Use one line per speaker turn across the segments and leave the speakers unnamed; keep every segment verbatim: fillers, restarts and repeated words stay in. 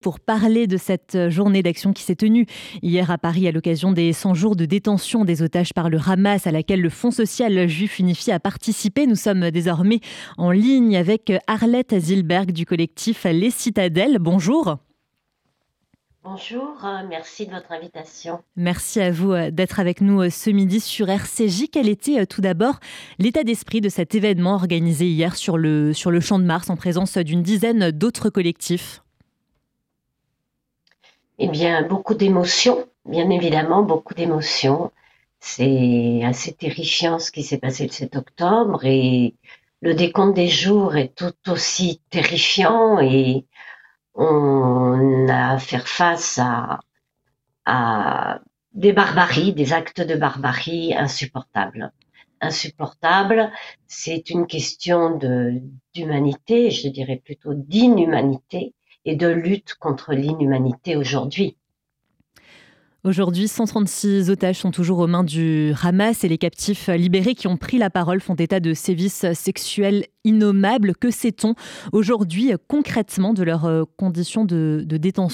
pour parler de cette journée d'action qui s'est tenue hier à Paris à l'occasion des cent jours de détention des otages par le Hamas à laquelle le Fonds social juif unifié a participé. Nous sommes désormais en ligne avec Arlette Zilberg du collectif Les Citadelles. Bonjour.
Bonjour, merci de votre invitation.
Merci à vous d'être avec nous ce midi sur R C J. Quel était tout d'abord l'état d'esprit de cet événement organisé hier sur le, sur le Champ de Mars en présence d'une dizaine d'autres collectifs ?
Eh bien, beaucoup d'émotions, bien évidemment, beaucoup d'émotions. C'est assez terrifiant ce qui s'est passé le sept octobre et le décompte des jours est tout aussi terrifiant et on a à faire face à, à des barbaries, des actes de barbarie insupportables. Insupportables, c'est une question de, d'humanité, je dirais plutôt d'inhumanité et de lutte contre l'inhumanité aujourd'hui.
Aujourd'hui, cent trente-six otages sont toujours aux mains du Hamas et les captifs libérés qui ont pris la parole font état de sévices sexuels innommables. Que sait-on aujourd'hui concrètement de leurs conditions de, de détention ?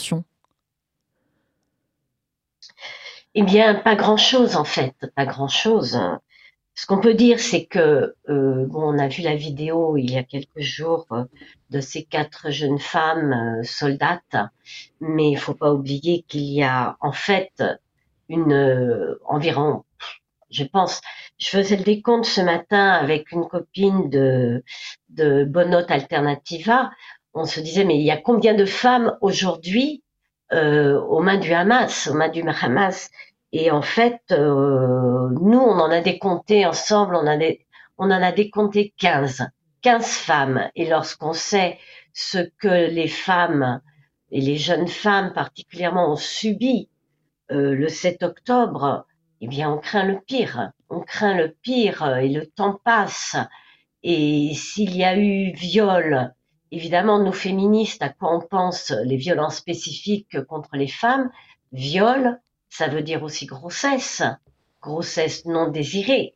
Eh bien, pas grand-chose en fait, pas grand-chose. Ce qu'on peut dire, c'est que euh, bon, on a vu la vidéo il y a quelques jours euh, de ces quatre jeunes femmes euh, soldates, mais il faut pas oublier qu'il y a en fait une euh, environ, je pense, je faisais le décompte ce matin avec une copine de de Bonne Note Alternativa. On se disait mais il y a combien de femmes aujourd'hui euh, aux mains du Hamas, aux mains du Hamas? Et en fait, euh, nous, on en a décompté ensemble, on, a des, on en a décompté quinze. quinze femmes. Et lorsqu'on sait ce que les femmes, et les jeunes femmes particulièrement, ont subi euh, le sept octobre, eh bien, on craint le pire. On craint le pire et le temps passe. Et s'il y a eu viol, évidemment, nous féministes, à quoi on pense les violences spécifiques contre les femmes, viol, ça veut dire aussi grossesse, grossesse non désirée,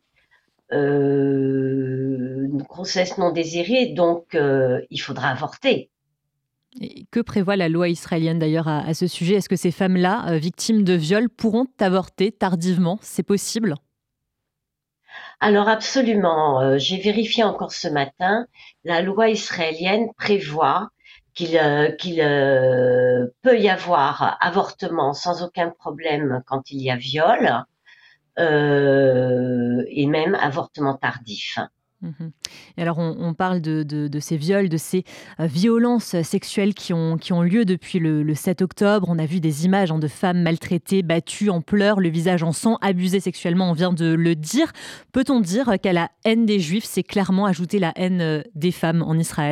euh, grossesse non désirée, donc euh, il faudra avorter.
Et que prévoit la loi israélienne d'ailleurs à, à ce sujet ? Est-ce que ces femmes-là, euh, victimes de viol, pourront avorter tardivement ? C'est possible ?
Alors absolument, euh, j'ai vérifié encore ce matin, la loi israélienne prévoit qu'il euh, qu'il euh, peut y avoir avortement sans aucun problème quand il y a viol, euh, et même avortement tardif.
Mmh. Et alors on, on parle de, de, de ces viols, de ces euh, violences sexuelles qui ont, qui ont lieu depuis le, le sept octobre. On a vu des images hein, de femmes maltraitées, battues en pleurs, le visage en sang, abusées sexuellement, on vient de le dire. Peut-on dire qu'à la haine des Juifs, c'est clairement ajouter la haine des femmes en Israël ?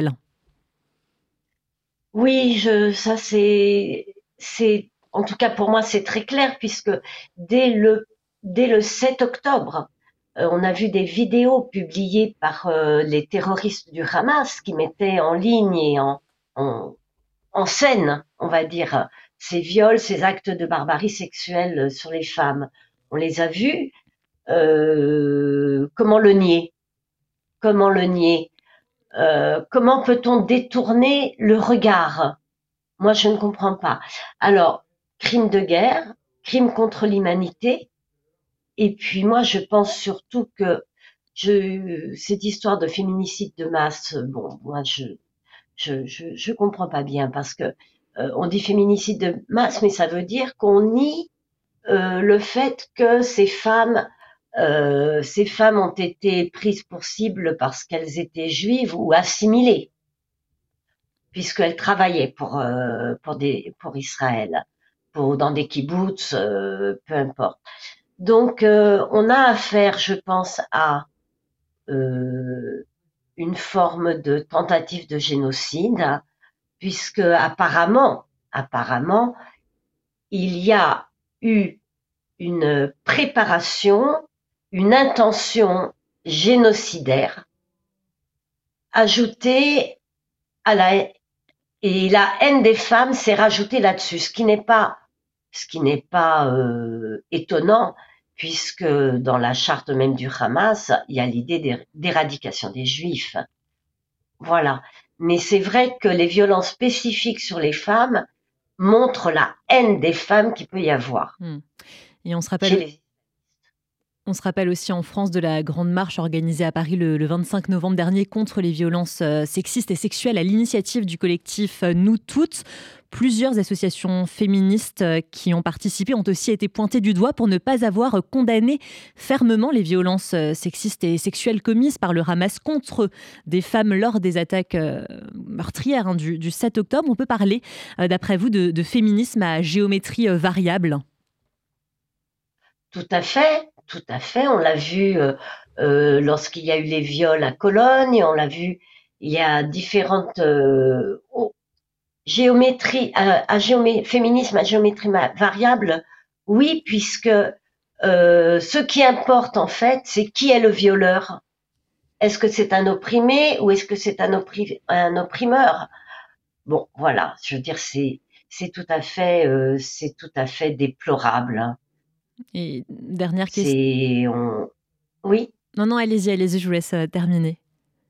Oui, je, ça c'est, c'est, en tout cas pour moi c'est très clair puisque dès le, dès le sept octobre, euh, on a vu des vidéos publiées par euh, les terroristes du Hamas qui mettaient en ligne et en, en, en scène, on va dire, ces viols, ces actes de barbarie sexuelle sur les femmes. On les a vus. Euh, comment le nier? Comment le nier? Euh, comment peut-on détourner le regard? Moi, je ne comprends pas. Alors, crime de guerre, crime contre l'humanité, et puis moi, je pense surtout que je, cette histoire de féminicide de masse, bon, moi, je, je, je, je comprends pas bien parce que euh, on dit féminicide de masse, mais ça veut dire qu'on nie euh, le fait que ces femmes, euh, ces femmes ont été prises pour cible parce qu'elles étaient juives ou assimilées, puisqu'elles travaillaient pour euh, pour des pour Israël, pour dans des kibboutz, euh, peu importe. Donc euh, on a affaire, je pense, à euh, une forme de tentative de génocide, puisque apparemment, apparemment, il y a eu une préparation, une intention génocidaire ajoutée à la et la haine des femmes s'est rajoutée là-dessus, ce qui n'est pas ce qui n'est pas euh, étonnant puisque dans la charte même du Hamas, il y a l'idée d'éradication des Juifs. Voilà. Mais c'est vrai que les violences spécifiques sur les femmes, montre la haine des femmes qu'il peut y avoir.
Mmh. Et on se rappelle...
Chez les...
On se rappelle aussi en France de la grande marche organisée à Paris le, le vingt-cinq novembre dernier contre les violences euh, sexistes et sexuelles à l'initiative du collectif euh, Nous Toutes. Plusieurs associations féministes euh, qui ont participé ont aussi été pointées du doigt pour ne pas avoir condamné fermement les violences euh, sexistes et sexuelles commises par le Hamas contre des femmes lors des attaques euh, meurtrières hein, du, du sept octobre. On peut parler, euh, d'après vous, de, de féminisme à géométrie euh, variable?
Tout à fait, tout à fait. On l'a vu euh, euh, lorsqu'il y a eu les viols à Cologne, on l'a vu, il y a différentes euh, oh, géométries, à, à géomé- féminisme à géométrie ma- variable, oui, puisque euh, ce qui importe en fait, c'est qui est le violeur. Est-ce que c'est un opprimé ou est-ce que c'est un, oppri- un opprimeur? Bon, voilà, je veux dire, c'est c'est tout à fait, euh, c'est tout à fait déplorable, hein.
Et dernière question.
C'est, on, oui.
Non, non, allez-y, allez-y, je vous laisse euh, terminer.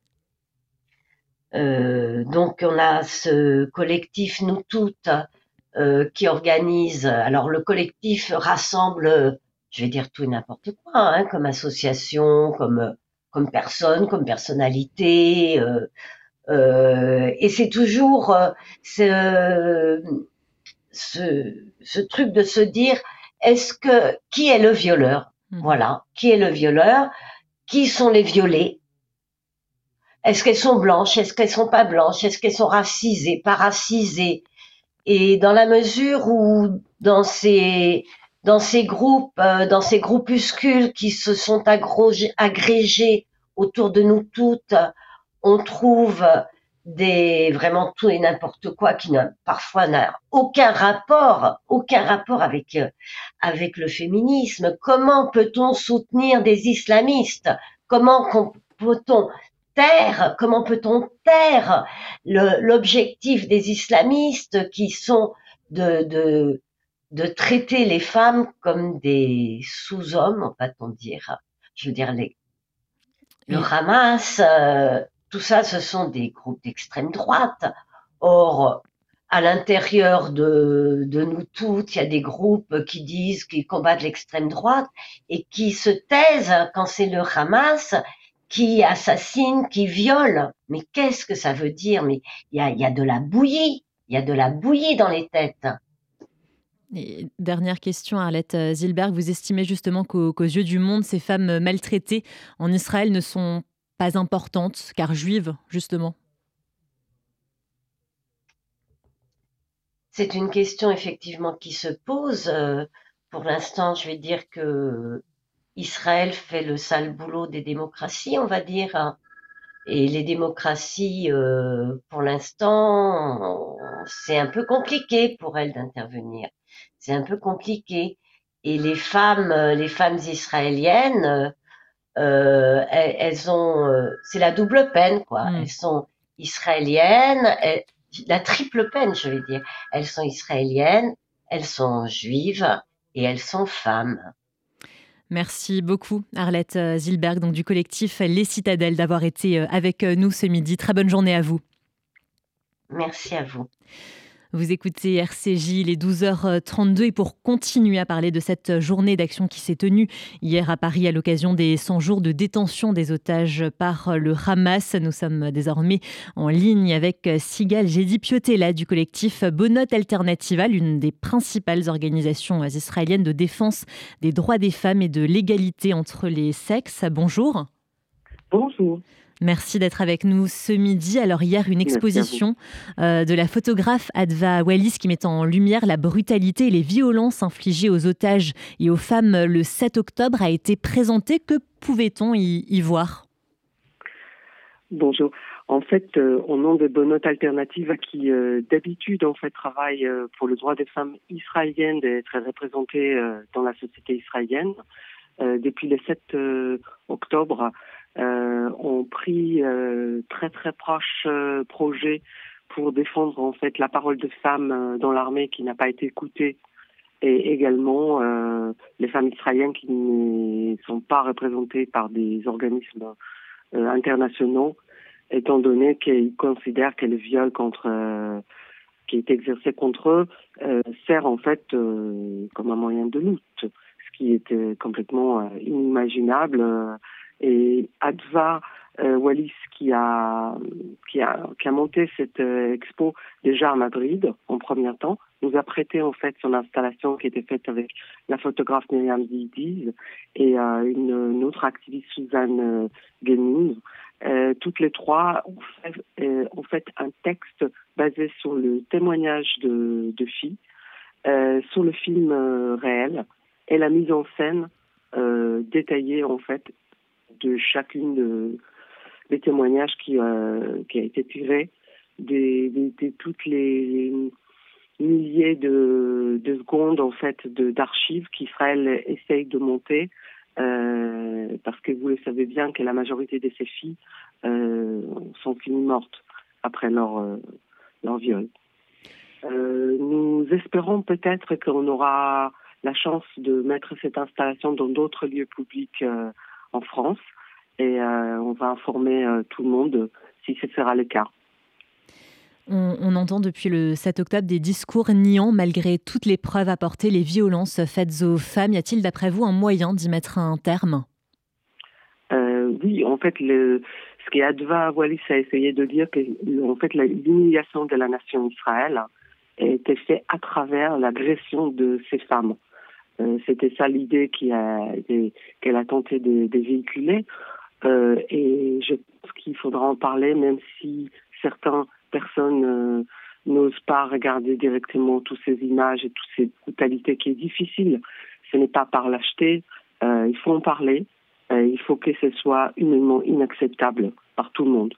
Euh, donc on a ce collectif Nous Toutes euh, qui organise. Alors le collectif rassemble, je vais dire tout et n'importe quoi, hein, comme association, comme comme personne, comme personnalité. Euh, euh, et c'est toujours euh, ce, ce ce truc de se dire est-ce que qui est le violeur?
Mmh.
Voilà, qui est le violeur? Qui sont les violés? Est-ce qu'elles sont blanches? Est-ce qu'elles sont pas blanches? Est-ce qu'elles sont racisées, pas racisées? Et dans la mesure où dans ces dans ces groupes, euh, dans ces groupuscules qui se sont agrogés- agrégés autour de nous toutes, on trouve des vraiment tout et n'importe quoi qui n'a parfois n'a aucun rapport, aucun rapport avec euh, avec le féminisme. Comment peut-on soutenir des islamistes? Comment com- peut-on taire? Comment peut-on taire le- l'objectif des islamistes qui sont de, de de traiter les femmes comme des sous-hommes, va-t-on dire? Je veux dire, les, le
Et
Hamas, euh, tout ça, ce sont des groupes d'extrême droite. Or, à l'intérieur de, de nous toutes, il y a des groupes qui disent qu'ils combattent l'extrême droite et qui se taisent quand c'est le Hamas qui assassine, qui viole. Mais qu'est-ce que ça veut dire? Mais il y a, il y a de la bouillie, il y a de la bouillie dans les têtes.
et dernière question, Arlette euh, Zilberg, vous estimez justement qu'aux qu'aux yeux du monde, ces femmes maltraitées en Israël ne sont pas importantes, car juives, justement?
C'est une question effectivement qui se pose. Euh, pour l'instant, je vais dire que Israël fait le sale boulot des démocraties, on va dire, hein. Et les démocraties, euh, pour l'instant, c'est un peu compliqué pour elles d'intervenir. C'est un peu compliqué. Et les femmes, euh, les femmes israéliennes, euh, elles, elles ont, euh, c'est la double peine, quoi.
Hmm.
Elles sont israéliennes, elles- la triple peine, je vais dire. Elles sont israéliennes, elles sont juives et elles sont femmes.
Merci beaucoup, Arlette euh, Zilberg, donc du collectif Les Citadelles, d'avoir été euh, avec euh, nous ce midi. Très bonne journée à vous.
Merci à vous.
Vous écoutez R C J, il est douze heures trente-deux et pour continuer à parler de cette journée d'action qui s'est tenue hier à Paris à l'occasion des cent jours de détention des otages par le Hamas, nous sommes désormais en ligne avec Sigal Gedi-Piotella du collectif Bonote Alternativa, l'une des principales organisations israéliennes de défense des droits des femmes et de l'égalité entre les sexes. Bonjour.
Bonjour.
Merci d'être avec nous ce midi. Alors hier, une exposition euh, de la photographe Adva Wallis qui met en lumière la brutalité et les violences infligées aux otages et aux femmes le sept octobre a été présentée. Que pouvait-on y, y voir?
Bonjour. En fait, euh, au nom de Bonote Alternativa, qui euh, d'habitude en fait travaille euh, pour le droit des femmes israéliennes d'être représentées euh, dans la société israélienne, euh, depuis le sept euh, octobre, euh, ont pris euh, très très proche euh, projet pour défendre en fait la parole de femmes euh, dans l'armée qui n'a pas été écoutée, et également euh, les femmes israéliennes qui ne sont pas représentées par des organismes euh, internationaux, étant donné qu'ils considèrent que le viol contre euh, qui est exercée contre eux euh, sert en fait euh, comme un moyen de lutte, ce qui est euh, complètement euh, inimaginable. Euh, et Adva euh, Wallis, qui a, qui, a, qui a monté cette euh, expo déjà à Madrid en premier temps, nous a prêté en fait son installation qui était faite avec la photographe Myriam Zidiz et euh, une, une autre activiste, Suzanne euh, Guénouz. Euh, toutes les trois ont fait, euh, ont fait un texte basé sur le témoignage de, de filles, euh, sur le film euh, réel et la mise en scène euh, détaillée en fait de chacune de, des témoignages qui, euh, qui a été tiré de, de, de toutes les milliers de, de secondes en fait de, d'archives qu'Israël essaye de monter. Euh, parce que vous le savez bien que la majorité de ces filles euh, sont finies mortes après leur, euh, leur viol. Euh, nous espérons peut-être qu'on aura la chance de mettre cette installation dans d'autres lieux publics euh, en France et euh, on va informer euh, tout le monde si ce sera le cas.
On, on entend depuis le sept octobre des discours niant, malgré toutes les preuves apportées, les violences faites aux femmes. Y a-t-il, d'après vous, un moyen d'y mettre un terme ?
euh, Oui, en fait, le, ce qu'Adva Wallis a essayé de dire, que en fait, la, l'humiliation de la nation Israël était faite à travers l'agression de ces femmes. Euh, c'était ça l'idée qui a, de, qu'elle a tenté de, de véhiculer. Euh, et je pense qu'il faudra en parler, même si certains personnes euh, n'osent pas regarder directement toutes ces images et toutes ces brutalités qui est difficile. Ce n'est pas par lâcheté, euh, il faut en parler, euh, il faut que ce soit humainement inacceptable par tout le monde.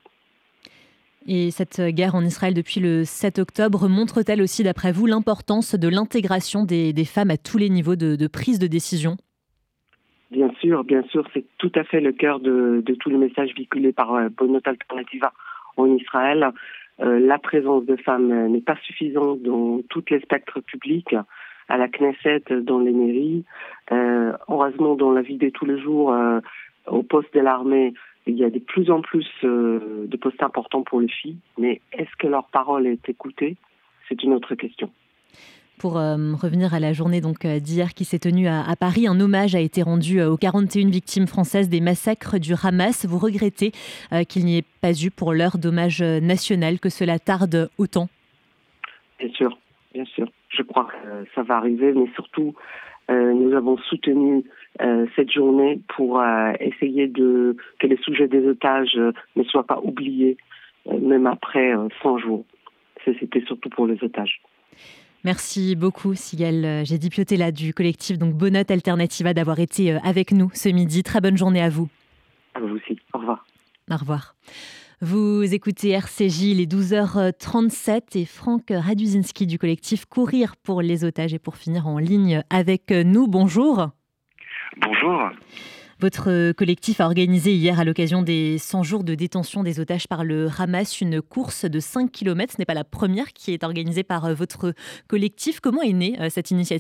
Et cette guerre en Israël depuis le sept octobre montre-t-elle aussi, d'après vous, l'importance de l'intégration des, des femmes à tous les niveaux de, de prise de décision ?
Bien sûr, bien sûr, c'est tout à fait le cœur de, de tout le message véhiculé par euh, Bonot Alternativa en Israël. Euh, la présence de femmes euh, n'est pas suffisante dans tous les spectres publics, à la Knesset, dans les mairies. Euh, heureusement, dans la vie de tous les jours, euh, au poste de l'armée, il y a de plus en plus euh, de postes importants pour les filles. Mais est-ce que leur parole est écoutée ? C'est une autre question.
Pour euh, revenir à la journée donc, euh, d'hier qui s'est tenue à, à Paris, un hommage a été rendu euh, aux quarante et une victimes françaises des massacres du Hamas. Vous regrettez euh, qu'il n'y ait pas eu pour l'heure d'hommage national, que cela tarde autant ?
Bien sûr, bien sûr. Je crois que ça va arriver, mais surtout, euh, nous avons soutenu euh, cette journée pour euh, essayer de que les sujets des otages euh, ne soient pas oubliés, euh, même après euh, cent jours. Ça, c'était surtout pour les otages.
Merci beaucoup, Sigal Gédi-Piotella du collectif donc Bonot Alternativa d'avoir été avec nous ce midi. Très bonne journée à vous.
À vous aussi. Au revoir.
Au revoir. Vous écoutez R C J, il est douze heures trente-sept et Franck Raduzinski du collectif Courir pour les otages est pour finir en ligne avec nous. Bonjour.
Bonjour.
Votre collectif a organisé hier, à l'occasion des cent jours de détention des otages par le Hamas, une course de cinq kilomètres. Ce n'est pas la première qui est organisée par votre collectif. Comment est née cette initiative ?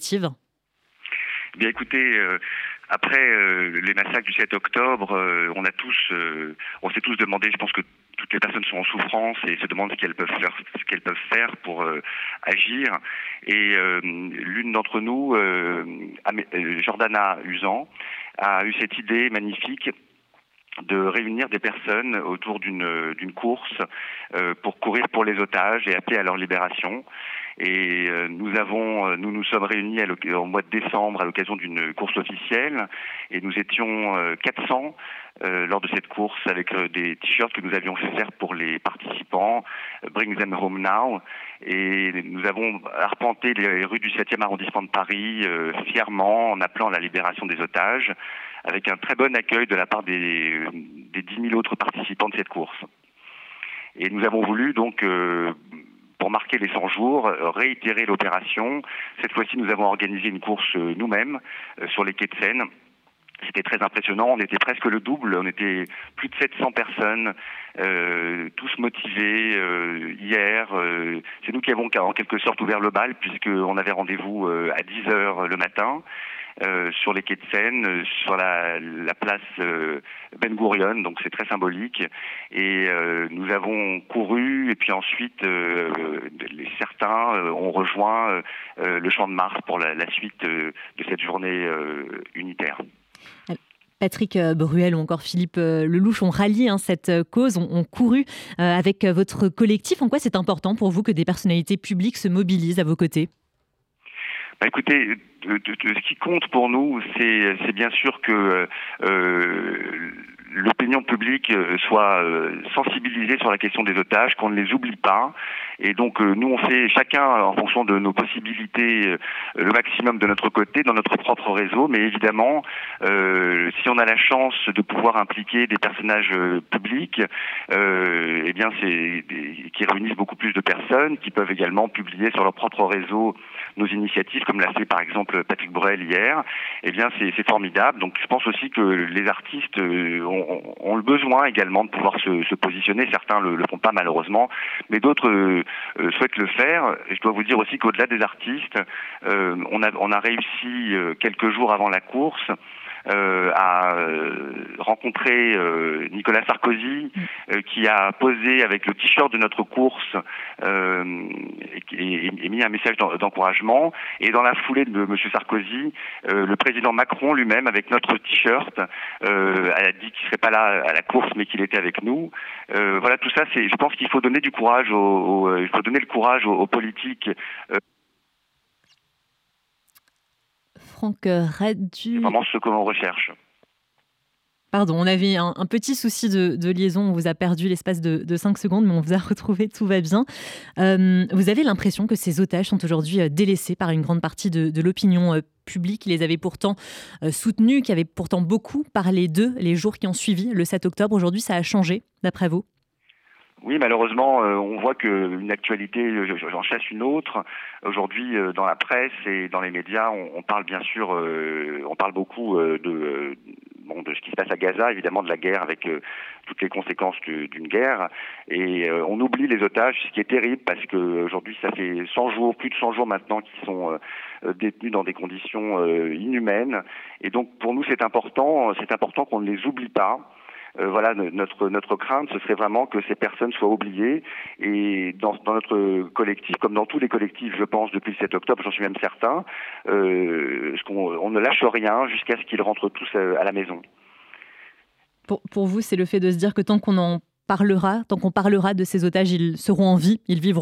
Bien écoutez, euh, après euh, les massacres du sept octobre, euh, on a tous, euh, on s'est tous demandé, je pense que toutes les personnes sont en souffrance et se demandent ce qu'elles peuvent faire, ce qu'elles peuvent faire pour euh, agir. Et euh, l'une d'entre nous, euh, Jordana Usan, a eu cette idée magnifique de réunir des personnes autour d'une d'une course euh, pour courir pour les otages et appeler à leur libération. Et euh, nous avons, nous nous sommes réunis à au mois de décembre à l'occasion d'une course officielle et nous étions euh, quatre cents euh, lors de cette course avec euh, des t-shirts que nous avions fait faire pour les participants, euh, Bring Them Home Now. Et nous avons arpenté les rues du septième arrondissement de Paris euh, fièrement en appelant à la libération des otages, avec un très bon accueil de la part des, des dix mille autres participants de cette course. Et nous avons voulu donc, euh, pour marquer les cent jours, réitérer l'opération. Cette fois-ci, nous avons organisé une course euh, nous-mêmes euh, sur les quais de Seine. C'était très impressionnant, on était presque le double, on était plus de sept cents personnes, euh, tous motivés euh, hier. Euh, c'est nous qui avons en quelque sorte ouvert le bal puisqu'on avait rendez-vous euh, à dix heures le matin. euh, sur les quais de Seine, euh, sur la, la place euh, Ben Gurion, donc c'est très symbolique. Et euh, nous avons couru, et puis ensuite, euh, les, certains euh, ont rejoint euh, le Champ de Mars pour la, la suite euh, de cette journée euh, unitaire.
Patrick Bruel ou encore Philippe Lelouch ont rallié hein, cette cause, ont, ont couru euh, avec votre collectif. En quoi c'est important pour vous que des personnalités publiques se mobilisent à vos côtés ?
Bah écoutez, de, de, de, ce qui compte pour nous, c'est, c'est bien sûr que euh, l'opinion publique soit sensibilisée sur la question des otages, qu'on ne les oublie pas. Et donc nous, on fait chacun, en fonction de nos possibilités, le maximum de notre côté, dans notre propre réseau. Mais évidemment, euh, si on a la chance de pouvoir impliquer des personnages publics, euh, eh bien, c'est des, qui réunissent beaucoup plus de personnes, qui peuvent également publier sur leur propre réseau nos initiatives, comme l'a fait par exemple Patrick Bruel hier. Eh bien, c'est, c'est formidable. Donc, je pense aussi que les artistes ont, ont le besoin également de pouvoir se, se positionner. Certains le, le font pas malheureusement, mais d'autres euh, euh, souhaitent le faire. Et je dois vous dire aussi qu'au-delà des artistes, euh, on a on a réussi euh, quelques jours avant la course Euh, à euh, rencontrer euh, Nicolas Sarkozy, euh, qui a posé avec le t-shirt de notre course euh, et, et, et mis un message d'encouragement. Et dans la foulée de M. Sarkozy, euh, le président Macron lui-même, avec notre t-shirt, euh, a dit qu'il serait pas là à la course, mais qu'il était avec nous. Euh, voilà, tout ça, c'est. Je pense qu'il faut donner du courage aux, aux il faut donner le courage aux, aux politiques. Euh,
Franck Radu.
C'est vraiment ce que l'on recherche.
Pardon, on avait un, un petit souci de, de liaison, on vous a perdu l'espace de, de cinq secondes, mais on vous a retrouvé, tout va bien. Euh, vous avez l'impression que ces otages sont aujourd'hui délaissés par une grande partie de, de l'opinion publique qui les avait pourtant euh, soutenus, qui avait pourtant beaucoup parlé d'eux les jours qui ont suivi le sept octobre. Aujourd'hui, ça a changé, d'après vous ?
Oui, malheureusement, euh, on voit qu'une actualité, j'en chasse une autre. Aujourd'hui, euh, dans la presse et dans les médias, on, on parle bien sûr, euh, on parle beaucoup euh, de, euh, bon, de ce qui se passe à Gaza, évidemment de la guerre avec euh, toutes les conséquences de, d'une guerre. Et euh, on oublie les otages, ce qui est terrible parce que aujourd'hui, ça fait cent jours, plus de cent jours maintenant, qu'ils sont euh, détenus dans des conditions euh, inhumaines. Et donc, pour nous, c'est important, c'est important qu'on ne les oublie pas. Euh, voilà, notre notre crainte, ce serait vraiment que ces personnes soient oubliées. Et dans, dans notre collectif, comme dans tous les collectifs, je pense, depuis le sept octobre, j'en suis même certain, euh, ce qu'on, on ne lâche rien jusqu'à ce qu'ils rentrent tous à, à la maison.
Pour, pour vous, c'est le fait de se dire que tant qu'on en parlera, tant qu'on parlera de ces otages, ils seront en vie, ils vivront ?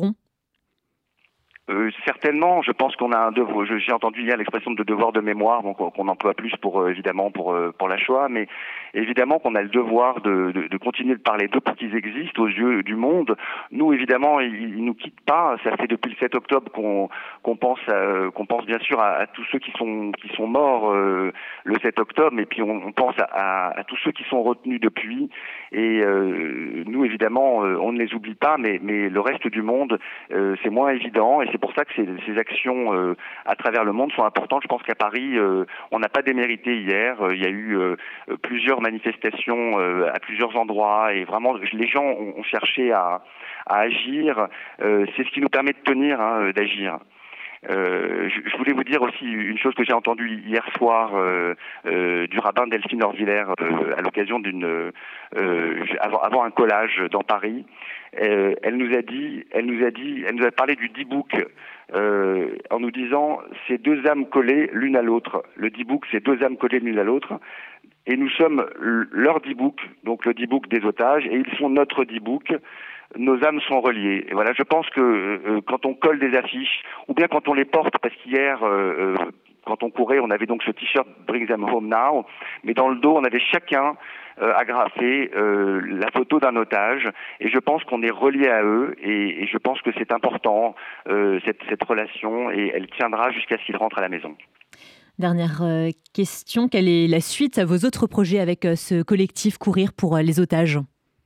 Euh, certainement, je pense qu'on a un devoir. J'ai entendu hier l'expression de devoir de mémoire, donc qu'on emploie plus pour euh, évidemment pour euh, pour la Shoah, mais évidemment qu'on a le devoir de, de, de continuer de parler d'eux pour qu'ils existent aux yeux du monde. Nous, évidemment, ils, ils nous quittent pas. Ça fait depuis le sept octobre qu'on qu'on pense à, qu'on pense bien sûr à, à tous ceux qui sont qui sont morts euh, le sept octobre, et puis on, on pense à, à, à tous ceux qui sont retenus depuis. Et euh, nous, évidemment, euh, on ne les oublie pas, mais mais le reste du monde, euh, c'est moins évident, et c'est pour ça que ces, ces actions euh, à travers le monde sont importantes. Je pense qu'à Paris, euh, on n'a pas démérité hier. Euh, il y a eu euh, plusieurs manifestations euh, à plusieurs endroits, et vraiment, les gens ont, ont cherché à, à agir. Euh, c'est ce qui nous permet de tenir, hein, d'agir. Euh, je, je voulais vous dire aussi une chose que j'ai entendue hier soir euh, euh, du rabbin Delphine Orviller euh, à l'occasion d'une euh, avant, avant un collage dans Paris. Euh, elle nous a dit, elle nous a dit, elle nous a parlé du D-Book euh, en nous disant c'est deux âmes collées l'une à l'autre. Le D-Book, c'est deux âmes collées l'une à l'autre. Et nous sommes leur D-Book, donc le D-Book des otages, et ils sont notre D-Book. Nos âmes sont reliées. Et voilà, je pense que euh, quand on colle des affiches, ou bien quand on les porte, parce qu'hier, euh, euh, quand on courait, on avait donc ce t-shirt Bring Them Home Now, mais dans le dos, on avait chacun euh, agrafé euh, la photo d'un otage, et je pense qu'on est relié à eux, et, et je pense que c'est important, euh, cette, cette relation, et elle tiendra jusqu'à ce qu'ils rentrent à la maison.
Dernière euh, question, quelle est la suite à vos autres projets avec euh, ce collectif Courir pour euh, les otages ?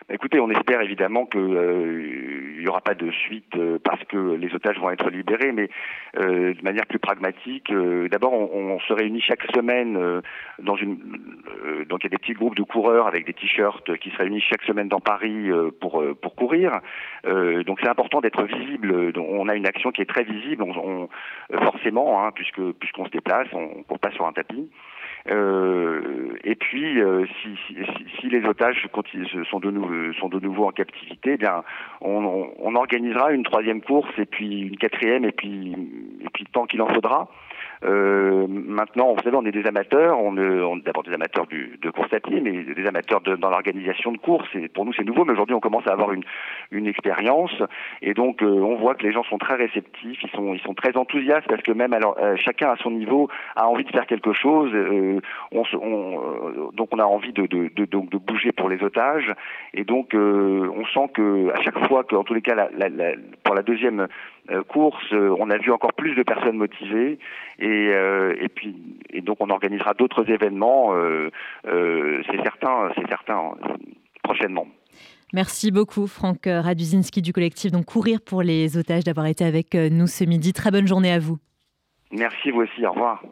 Écoutez, on espère évidemment qu'il euh, n'y aura pas de suite euh, parce que les otages vont être libérés, mais euh, de manière plus pragmatique, euh, d'abord on, on se réunit chaque semaine euh, dans une... Euh, donc il y a des petits groupes de coureurs avec des t-shirts qui se réunissent chaque semaine dans Paris euh, pour, euh, pour courir. Euh, donc c'est important d'être visible. Donc, on a une action qui est très visible, on, on, forcément, hein, puisque, puisqu'on se déplace, on ne court pas sur un tapis. Euh, et puis, euh, si, si, si les otages sont de, nou- sont de nouveau en captivité, eh bien, on, on, on organisera une troisième course et puis une quatrième et puis, et puis tant qu'il en faudra. Euh, maintenant, vous savez, on est des amateurs, on est, on est d'abord des amateurs du, de course à pied, mais des amateurs de, dans l'organisation de courses. Et pour nous, c'est nouveau, mais aujourd'hui, on commence à avoir une, une expérience. Et donc, euh, on voit que les gens sont très réceptifs, ils sont, ils sont très enthousiastes parce que même, alors, euh, chacun à son niveau a envie de faire quelque chose. Euh, on, se, on, euh, donc, on a envie de, de, de, de, de bouger pour les otages. Et donc, euh, on sent que à chaque fois, qu'en tous les cas, la, la, la, pour la deuxième euh, course, euh, on a vu encore plus de personnes motivées. Et, euh, et puis, et donc, on organisera d'autres événements. Euh, euh, c'est certain, c'est certain, euh, prochainement.
Merci beaucoup, Franck Raduzinski du collectif donc Courir pour les otages, d'avoir été avec nous ce midi. Très bonne journée à vous.
Merci, vous aussi. Au revoir.